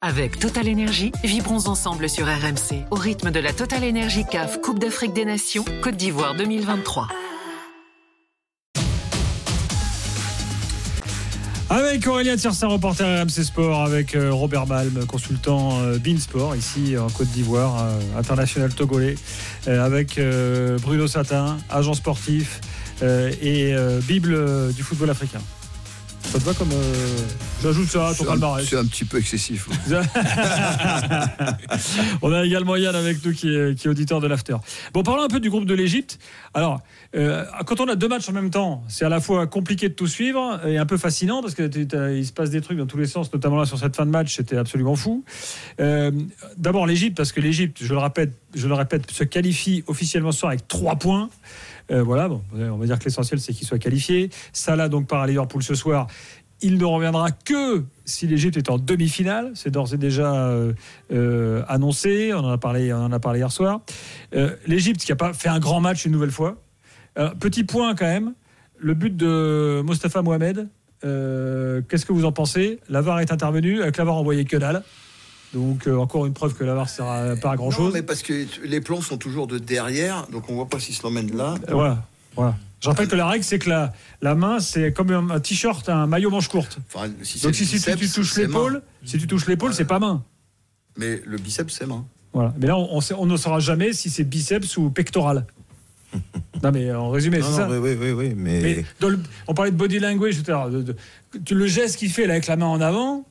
Avec Total Energy, vibrons ensemble sur RMC au rythme de la Total Energy CAF Coupe d'Afrique des Nations Côte d'Ivoire 2023. Avec Aurélien Tiersin, reporter RMC Sport, avec Robert Malm, consultant Beansport, ici en Côte d'Ivoire, international togolais, avec Bruno Satin, agent sportif et Bible du football africain. Ça te va comme... J'ajoute ça à ton palmarès. C'est un petit peu excessif. On a également Yann avec nous qui est auditeur de l'After. Bon, parlons un peu du groupe de l'Égypte. Alors, quand on a deux matchs en même temps, c'est à la fois compliqué de tout suivre et un peu fascinant parce qu'il se passe des trucs dans tous les sens, notamment là sur cette fin de match, c'était absolument fou. D'abord l'Égypte, parce que l'Égypte, je le répète, se qualifie officiellement ce soir avec 3 points. Voilà, bon, on va dire que l'essentiel c'est qu'il soit qualifié. Salah donc part à Liverpool ce soir. Il ne reviendra que si l'Égypte est en demi-finale. C'est d'ores et déjà annoncé. On en a parlé hier soir. L'Égypte qui n'a pas fait un grand match une nouvelle fois. Petit point quand même. Le but de Mostafa Mohamed. Qu'est-ce que vous en pensez ? La VAR est intervenue. Avec la VAR envoyé que dalle. Donc encore une preuve que la VAR ne sert pas à grand chose. Non, mais parce que les plombs sont toujours de derrière, donc on ne voit pas s'ils se l'emmènent là. Voilà. Je rappelle que la règle, c'est que la main, c'est comme un t-shirt, un maillot manche courte. Enfin, donc si tu touches l'épaule, c'est pas main. Mais le biceps, c'est main. Voilà. Mais là, on ne saura jamais si c'est biceps ou pectoral. Non, mais en résumé, c'est ça. Oui. Mais on parlait de body language, etc. Le geste qu'il fait là, avec la main en avant.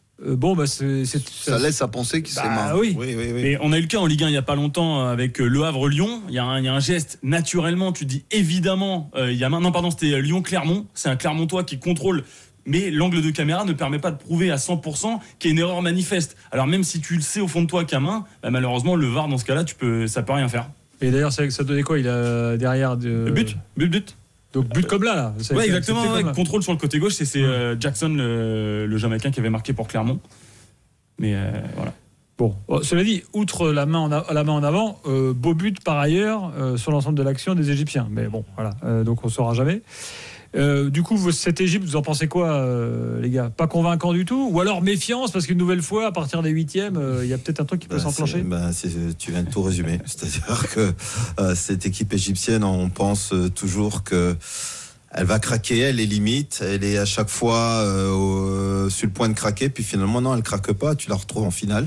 Ça laisse à penser que c'est main. Oui. Mais on a eu le cas en Ligue 1 il n'y a pas longtemps avec Le Havre-Lyon. Il y a un geste, naturellement, tu dis évidemment, c'était Lyon-Clermont. C'est un Clermontois qui contrôle, mais l'angle de caméra ne permet pas de prouver à 100% qu'il y a une erreur manifeste. Alors même si tu le sais au fond de toi qu'à main, malheureusement, le VAR, dans ce cas-là, ça peut rien faire. Et d'ailleurs, ça donnait quoi ? Il a derrière Le but. Donc but comme là. Ouais, exactement. Contrôle sur le côté gauche, c'est Jackson, le Jamaïcain, qui avait marqué pour Clermont. Mais voilà. Bon, cela dit, outre la main en avant, beau but par ailleurs sur l'ensemble de l'action des Égyptiens. Mais bon, voilà. Donc on ne saura jamais. Du coup, cette Égypte, vous en pensez quoi, les gars ? Pas convaincant du tout ? Ou alors méfiance, parce qu'une nouvelle fois, à partir des 8e, il y a peut-être un truc qui peut s'enclencher ? Tu viens de tout résumer. C'est-à-dire que cette équipe égyptienne, on pense toujours que elle va craquer, elle est limite, elle est à chaque fois sur le point de craquer, puis finalement, non, elle craque pas, tu la retrouves en finale.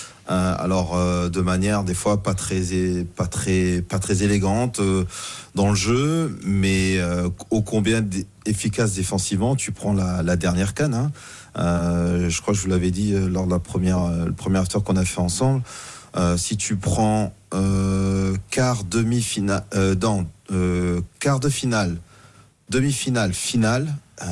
De manière des fois pas très élégante dans le jeu, mais ô combien efficace défensivement. Tu prends la dernière CAN, hein. Je crois que je vous l'avais dit lors de le premier after qu'on a fait ensemble. Si tu prends quart, demi-finale, quart de finale, demi-finale, finale,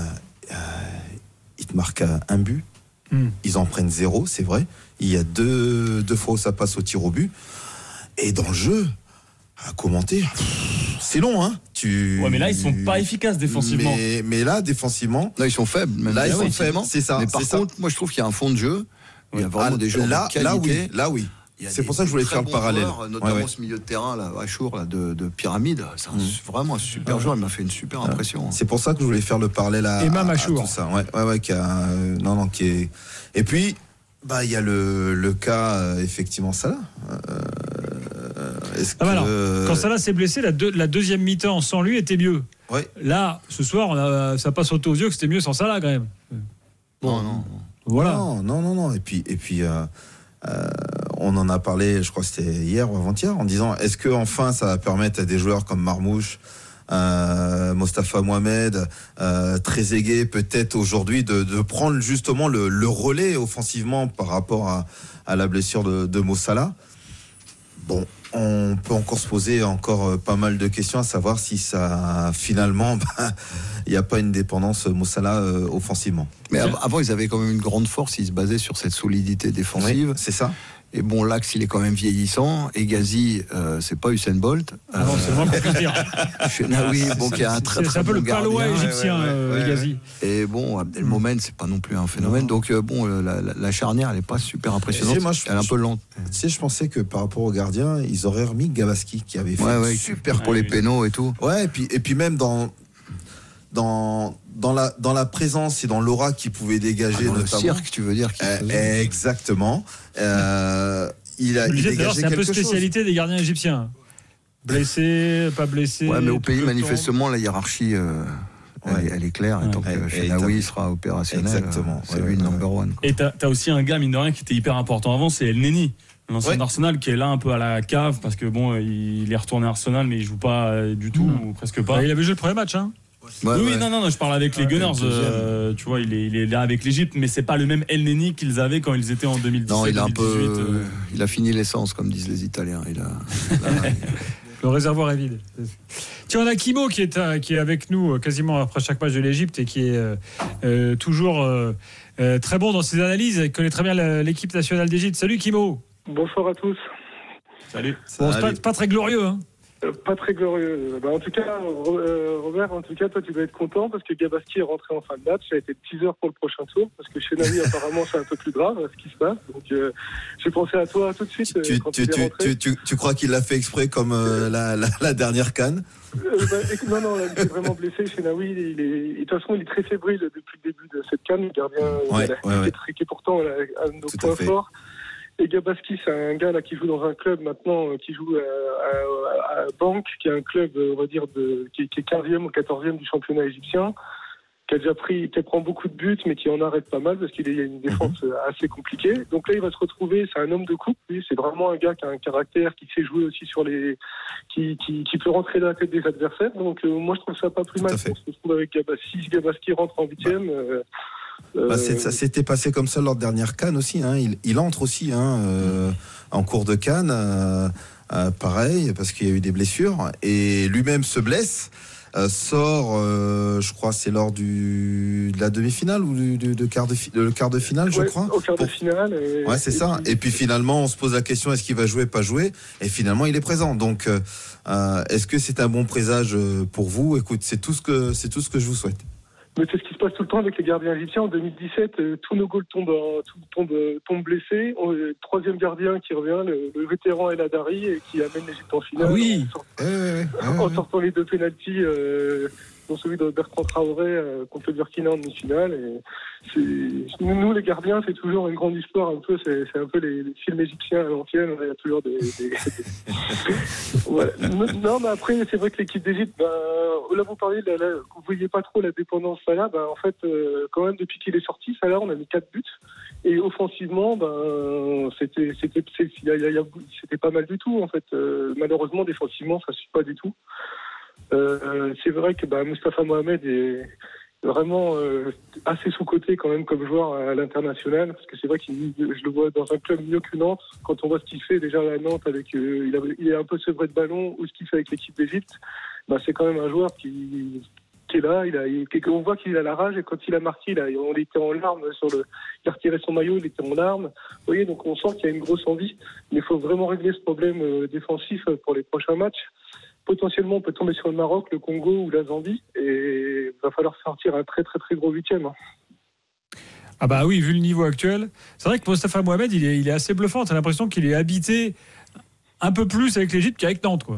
ils te marquent un but. Ils en prennent 0, c'est vrai. Il y a deux fois où ça passe au tir au but. Et dans le jeu, à commenter, c'est long, hein. Ouais, mais là, ils sont pas efficaces défensivement. Mais là, défensivement... Là, ils sont faibles. Là, ils sont faibles, c'est ça. Mais par contre, moi, je trouve qu'il y a un fond de jeu. Il y a vraiment des joueurs de qualité. Là, oui. C'est pour ça que je voulais faire le parallèle. Joueurs, notamment ce milieu de terrain, là, Achour, là, de Pyramide. C'est vraiment un super joueur. Il m'a fait une super impression. C'est pour ça que je voulais faire le parallèle à tout ça. Qui est... Et puis, il y a le cas, effectivement, Salah. Quand Salah s'est blessé, la deuxième mi-temps sans lui était mieux. Ouais. Là, ce soir, ça passe sauté aux yeux que c'était mieux sans Salah, quand même. Bon, non. Voilà. Non. Et puis on en a parlé, je crois que c'était hier ou avant-hier, en disant est-ce que enfin ça va permettre à des joueurs comme Marmouche, Mostafa Mohamed, Trezeguet, peut-être aujourd'hui de prendre justement le relais offensivement par rapport à la blessure de Mo Salah. Bon, on peut encore se poser pas mal de questions, à savoir si ça finalement il n'y a pas une dépendance Mo Salah offensivement. Mais avant ils avaient quand même une grande force, ils se basaient sur cette solidité défensive. Oui, c'est ça. Et bon, l'axe, il est quand même vieillissant. Et Ghazi, c'est pas Usain Bolt. Non, c'est le moins qu'on puisse dire. Qui a un très c'est un peu le palois égyptien, Ghazi. Et bon, Abdelmomen, c'est pas non plus un phénomène. Donc, la charnière, elle est pas super impressionnante. Elle est un peu lente. Tu sais, je pensais que par rapport aux gardiens, ils auraient remis Gabaski, qui avait fait super pour les pénaux et tout. Ouais, et puis même dans dans la présence et dans l'aura qu'il pouvait dégager, notamment. Le cirque, tu veux dire exactement. Il a dégagé quelque chose. C'est un peu spécialité des gardiens égyptiens. Blessé, pas blessé. Ouais, mais au pays, manifestement, la hiérarchie, elle est claire. Et tant que Chenaoui sera opérationnel, exactement. C'est lui le number one. Et t'as aussi un gars, mine de rien, qui était hyper important avant, c'est El Neni, l'ancien d'Arsenal, qui est là un peu à la cave, parce que bon, il est retourné à Arsenal, mais il joue pas du tout, ou presque pas. Il avait joué le premier match, hein. Oui, non, je parle avec les Gunners. Tu vois, il est là avec l'Égypte, mais c'est pas le même El Neni qu'ils avaient quand ils étaient en 2017. Non, il a 2018, il a fini l'essence, comme disent les Italiens. Le réservoir est vide. Tiens, on a Kimo qui est avec nous quasiment après chaque match de l'Égypte et qui est toujours très bon dans ses analyses. Il connaît très bien l'équipe nationale d'Égypte. Salut Kimo. Bonsoir à tous. Salut. Bon, c'est pas très glorieux, hein. Pas très glorieux. En tout cas, Robert, toi tu dois être content parce que Gabaski est rentré en fin de match. Ça a été le teaser pour le prochain tour parce que chez Navi apparemment c'est un peu plus grave ce qui se passe. Donc j'ai pensé à toi tout de suite quand il est rentré. Tu crois qu'il l'a fait exprès comme la dernière CAN? Non, il est vraiment blessé chez Navi. De toute façon, il est très fébrile depuis le début de cette CAN. Le gardien qui est pourtant un de nos points forts. Et Gabaski, c'est un gars là qui joue dans un club maintenant, qui joue à Banque, qui est un club, on va dire, qui est 15e ou 14e du championnat égyptien, qui prend beaucoup de buts, mais qui en arrête pas mal parce qu'il y a une défense assez compliquée. Donc là, il va se retrouver, c'est un homme de coupe, lui, c'est vraiment un gars qui a un caractère, qui sait jouer aussi qui peut rentrer dans la tête des adversaires. Donc moi, je trouve ça pas plus mal. On se retrouve avec Gabaski. Si Gabaski rentre en 8e. Ça s'était passé comme ça lors de dernière CAN aussi. Il entre aussi en cours de CAN, pareil, parce qu'il y a eu des blessures. Et lui-même se blesse, sort, je crois, c'est lors de la demi-finale ou le quart de finale, je crois. Au quart de finale. C'est ça. Et puis finalement, on se pose la question, est-ce qu'il va jouer, pas jouer? Et finalement, il est présent. Donc, est-ce que c'est un bon présage pour vous? Écoute, c'est tout ce que je vous souhaite. Mais c'est ce qui se passe tout le temps avec les gardiens égyptiens. En 2017, tous nos goals tombent blessés. Troisième gardien qui revient, le vétéran El Hadari, et qui amène l'Égypte en finale. En sortant les deux pénaltys, dont celui de Bertrand Traoré contre le Burkina en demi-finale. Et nous, les gardiens, c'est toujours une grande histoire. Un peu, c'est un peu les films égyptiens à l'ancienne. Il y a toujours des... Ouais. Non, mais après, c'est vrai que l'équipe d'Égypte, là, vous parliez, vous voyez pas trop la dépendance Salah. En fait, quand même, depuis qu'il est sorti, Salah, on a mis 4 buts. Et offensivement, c'était pas mal du tout, en fait. Malheureusement, défensivement, ça suit pas du tout. C'est vrai que Moustapha Mohamed est vraiment assez sous-coté quand même comme joueur à l'international, parce que c'est vrai je le vois dans un club mieux que Nantes. Quand on voit ce qu'il fait déjà à Nantes avec il est un peu sevré de ballon, ou ce qu'il fait avec l'équipe d'Égypte, c'est quand même un joueur qui est là, on voit qu'il a la rage, et quand il a marqué, on était en larmes il a retiré son maillot, il était en larmes. Vous voyez, donc on sent qu'il y a une grosse envie, mais il faut vraiment régler ce problème défensif pour les prochains matchs. Potentiellement, on peut tomber sur le Maroc, le Congo ou la Zambie, et il va falloir sortir un très très très gros 8e. Ah bah oui, vu le niveau actuel. C'est vrai que Moustapha Mohamed, il est assez bluffant. T'as l'impression qu'il est habité un peu plus avec l'Égypte qu'avec Nantes, quoi.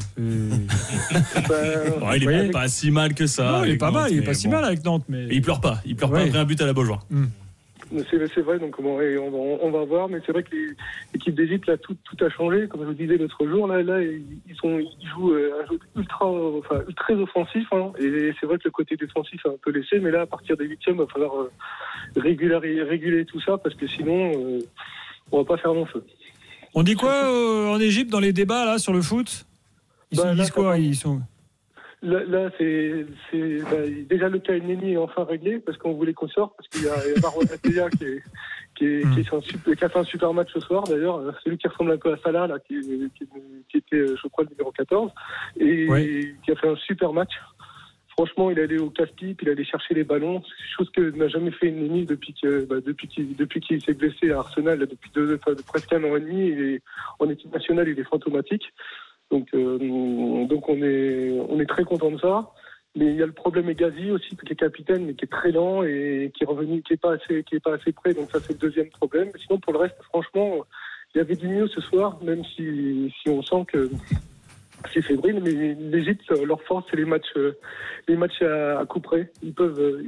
Il est pas si mal que ça. Non, il est pas mal, il est pas si mal avec Nantes, mais il pleure pas après un but à la Beaujoire. C'est vrai, donc on va voir, mais c'est vrai que l'équipe d'Égypte, là, tout a changé. Comme je vous disais l'autre jour, là ils jouent un jeu très offensif, et c'est vrai que le côté défensif est un peu laissé, mais là, à partir des 8e, il va falloir réguler tout ça, parce que sinon, on va pas faire long feu. On dit quoi en Égypte dans les débats là sur le foot? Ils disent quoi? Là, c'est déjà le cas El Neni est enfin réglé, parce qu'on voulait qu'on sorte, parce qu'il y a Marwan Ateya qui a fait un super match ce soir, d'ailleurs, celui qui ressemble un peu à Salah, là, qui était, je crois, le numéro 14, et qui a fait un super match. Franchement, il est allé au casse-pipe, il est allé chercher les ballons, chose que n'a jamais fait El Neni depuis qu'il s'est blessé à Arsenal, depuis presque un an et demi. Et en équipe nationale, il est fantomatique. Donc on est très content de ça. Mais il y a le problème Hegazi aussi, qui est capitaine, mais qui est très lent et qui est revenu, qui est pas assez près. Donc ça, c'est le deuxième problème. Mais sinon, pour le reste, franchement, il y avait du mieux ce soir, même si on sent que c'est fébrile, mais l'Égypte, leur force, c'est les matchs à coup près. Ils peuvent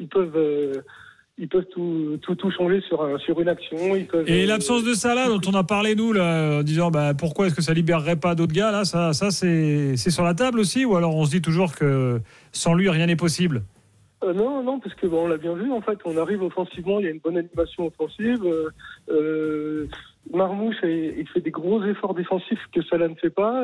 tout changer sur une action. Et l'absence de Salah, dont on a parlé nous, là, en disant pourquoi est-ce que ça libérerait pas d'autres gars, là, ça c'est sur la table aussi, ou alors on se dit toujours que sans lui rien n'est possible? Non, parce que on l'a bien vu, en fait, on arrive offensivement, il y a une bonne animation offensive. Marmouche, il fait des gros efforts défensifs que Salah ne fait pas.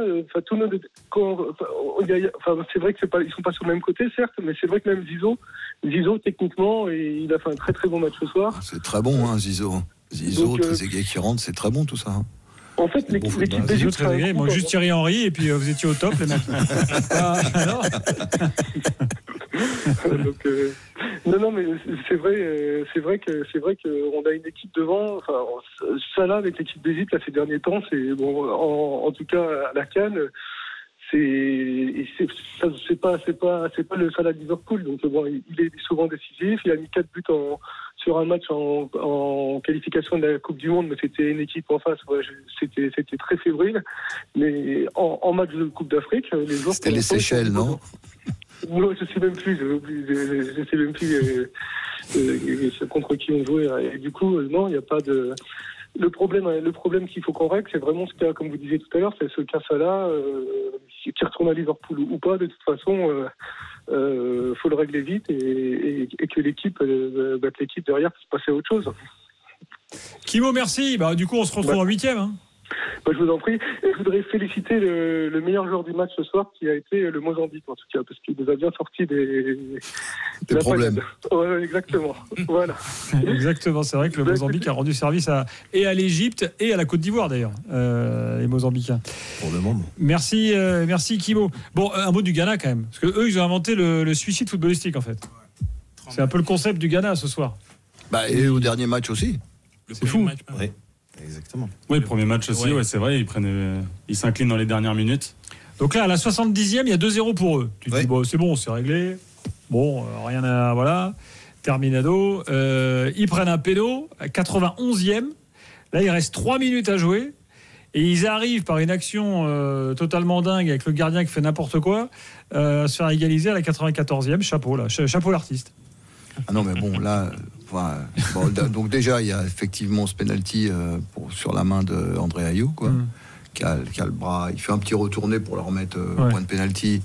C'est vrai que ils sont pas sur le même côté, certes, mais c'est vrai que même Zizou, techniquement, il a fait un très très bon match ce soir. C'est très bon, hein, Zizou. Trezeguet qui rentre, c'est très bon tout ça. En fait, l'équipe d'Égypte, moi juste Thierry Henry, et puis vous étiez au top, les mecs. Donc, non, mais c'est vrai qu'on a une équipe devant. Enfin, Salah avec l'équipe d'Égypte là, ces derniers temps, c'est bon. En tout cas à la CAN, c'est pas le Salah de Liverpool. Donc il est souvent décisif. Il a mis 4 buts sur un match en qualification de la Coupe du Monde, mais c'était une équipe en face. Ouais, c'était très fébrile. Mais en match de Coupe d'Afrique, les joueurs. C'était les Seychelles, non? Non, je sais même plus. Je sais même plus contre qui on jouait. Et du coup, non, il n'y a pas de. Le problème qu'il faut qu'on règle, c'est vraiment ce cas, comme vous disiez tout à l'heure, c'est ce cas Salah qui retourne à Liverpool ou pas. De toute façon, faut le régler vite et que l'équipe derrière puisse passer à autre chose. Kimo, merci. Du coup, on se retrouve en 8e. Hein. Je vous en prie. Et je voudrais féliciter le meilleur joueur du match ce soir, qui a été le Mozambique, en tout cas, parce qu'il nous a bien sorti des problèmes. Ouais, exactement. Voilà. Exactement. C'est vrai que le Mozambique a rendu service à l'Égypte et à la Côte d'Ivoire, d'ailleurs, les Mozambicains. Pour le moment. Merci Kimo. Bon, un mot du Ghana, quand même. Parce qu'eux, ils ont inventé le suicide footballistique, en fait. C'est un peu le concept du Ghana, ce soir. Et au dernier match aussi. C'est fou. Oui. Exactement. Oui, le premier match aussi, ouais, c'est vrai, ils s'inclinent dans les dernières minutes. Donc là, à la 70e, il y a 2-0 pour eux. Tu te dis, c'est bon, c'est réglé. Bon, rien à... Voilà, terminado. Ils prennent un péno à 91e. Là, il reste 3 minutes à jouer. Et ils arrivent par une action totalement dingue avec le gardien qui fait n'importe quoi à se faire égaliser à la 94e. Chapeau, là. Chapeau l'artiste. Ah non, mais bon, là... donc déjà, il y a effectivement ce penalty sur la main d'André Ayew, quoi, qui a le bras. Il fait un petit retourné pour le remettre au point de penalty.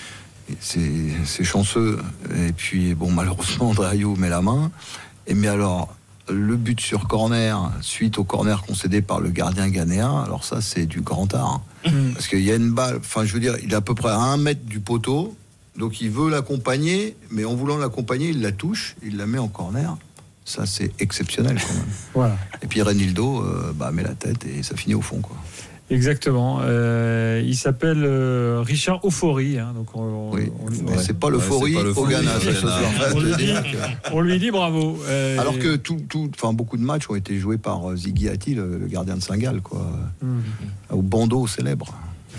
C'est chanceux. Et puis, malheureusement, André Ayew met la main. Mais alors, le but sur corner, suite au corner concédé par le gardien ghanéen, alors ça, c'est du grand art. Parce qu'il y a une balle, il est à peu près à 1 mètre du poteau. Donc il veut l'accompagner, mais en voulant l'accompagner, il la touche, il la met en corner. Ça, c'est exceptionnel quand même. Voilà. Et puis Renildo met la tête et ça finit au fond, quoi. Exactement. Il s'appelle Richard Ofori. Hein, donc c'est pas l'euphorie au Ghana. On lui dit bravo. Alors que beaucoup de matchs ont été joués par Ziggy Ati, le gardien de Saint-Gall, quoi. Au bandeau célèbre.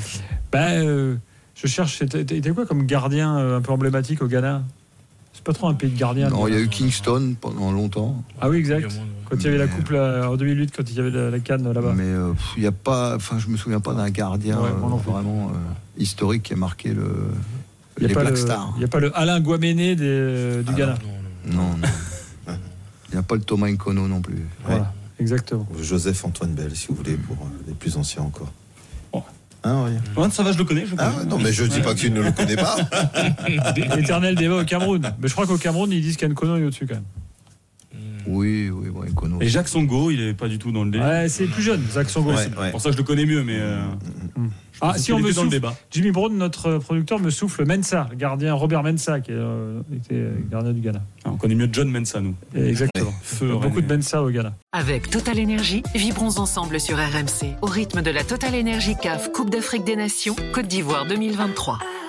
Je cherche, c'était quoi comme gardien un peu emblématique au Ghana? C'est pas trop un pays de gardiens. Non, il y a eu Kingston pendant longtemps. Ah oui, exact. Quand il y avait la coupe en 2008, quand il y avait la CAN là-bas. Mais il n'y a pas, je me souviens pas d'un gardien vraiment historique qui a marqué les Black Stars. Il n'y a pas le Alain Guaméné du Ghana. Non. Il n'y a pas le Thomas Nkono non plus. Voilà, exactement. Joseph Antoine Bell, si vous voulez, pour les plus anciens encore. Ça va, je le connais. Non, mais je dis pas que tu ne le connais pas. Éternel débat au Cameroun. Mais je crois qu'au Cameroun, ils disent qu'Nkono est au-dessus quand même. Oui, Nkono. Et Jacques Songo, il est pas du tout dans le délire. Ouais, c'est plus jeune, Jacques Songo. C'est pour ça que je le connais mieux, mais. Si on me souffle, Jimmy Brown, notre producteur, me souffle Mensah, le gardien Robert Mensah, qui était gardien du Ghana. On connaît mieux John Mensah, nous. Exactement. Beaucoup de Mensah au Ghana. Avec Total Énergie, vibrons ensemble sur RMC, au rythme de la Total Énergie CAF Coupe d'Afrique des Nations, Côte d'Ivoire 2023.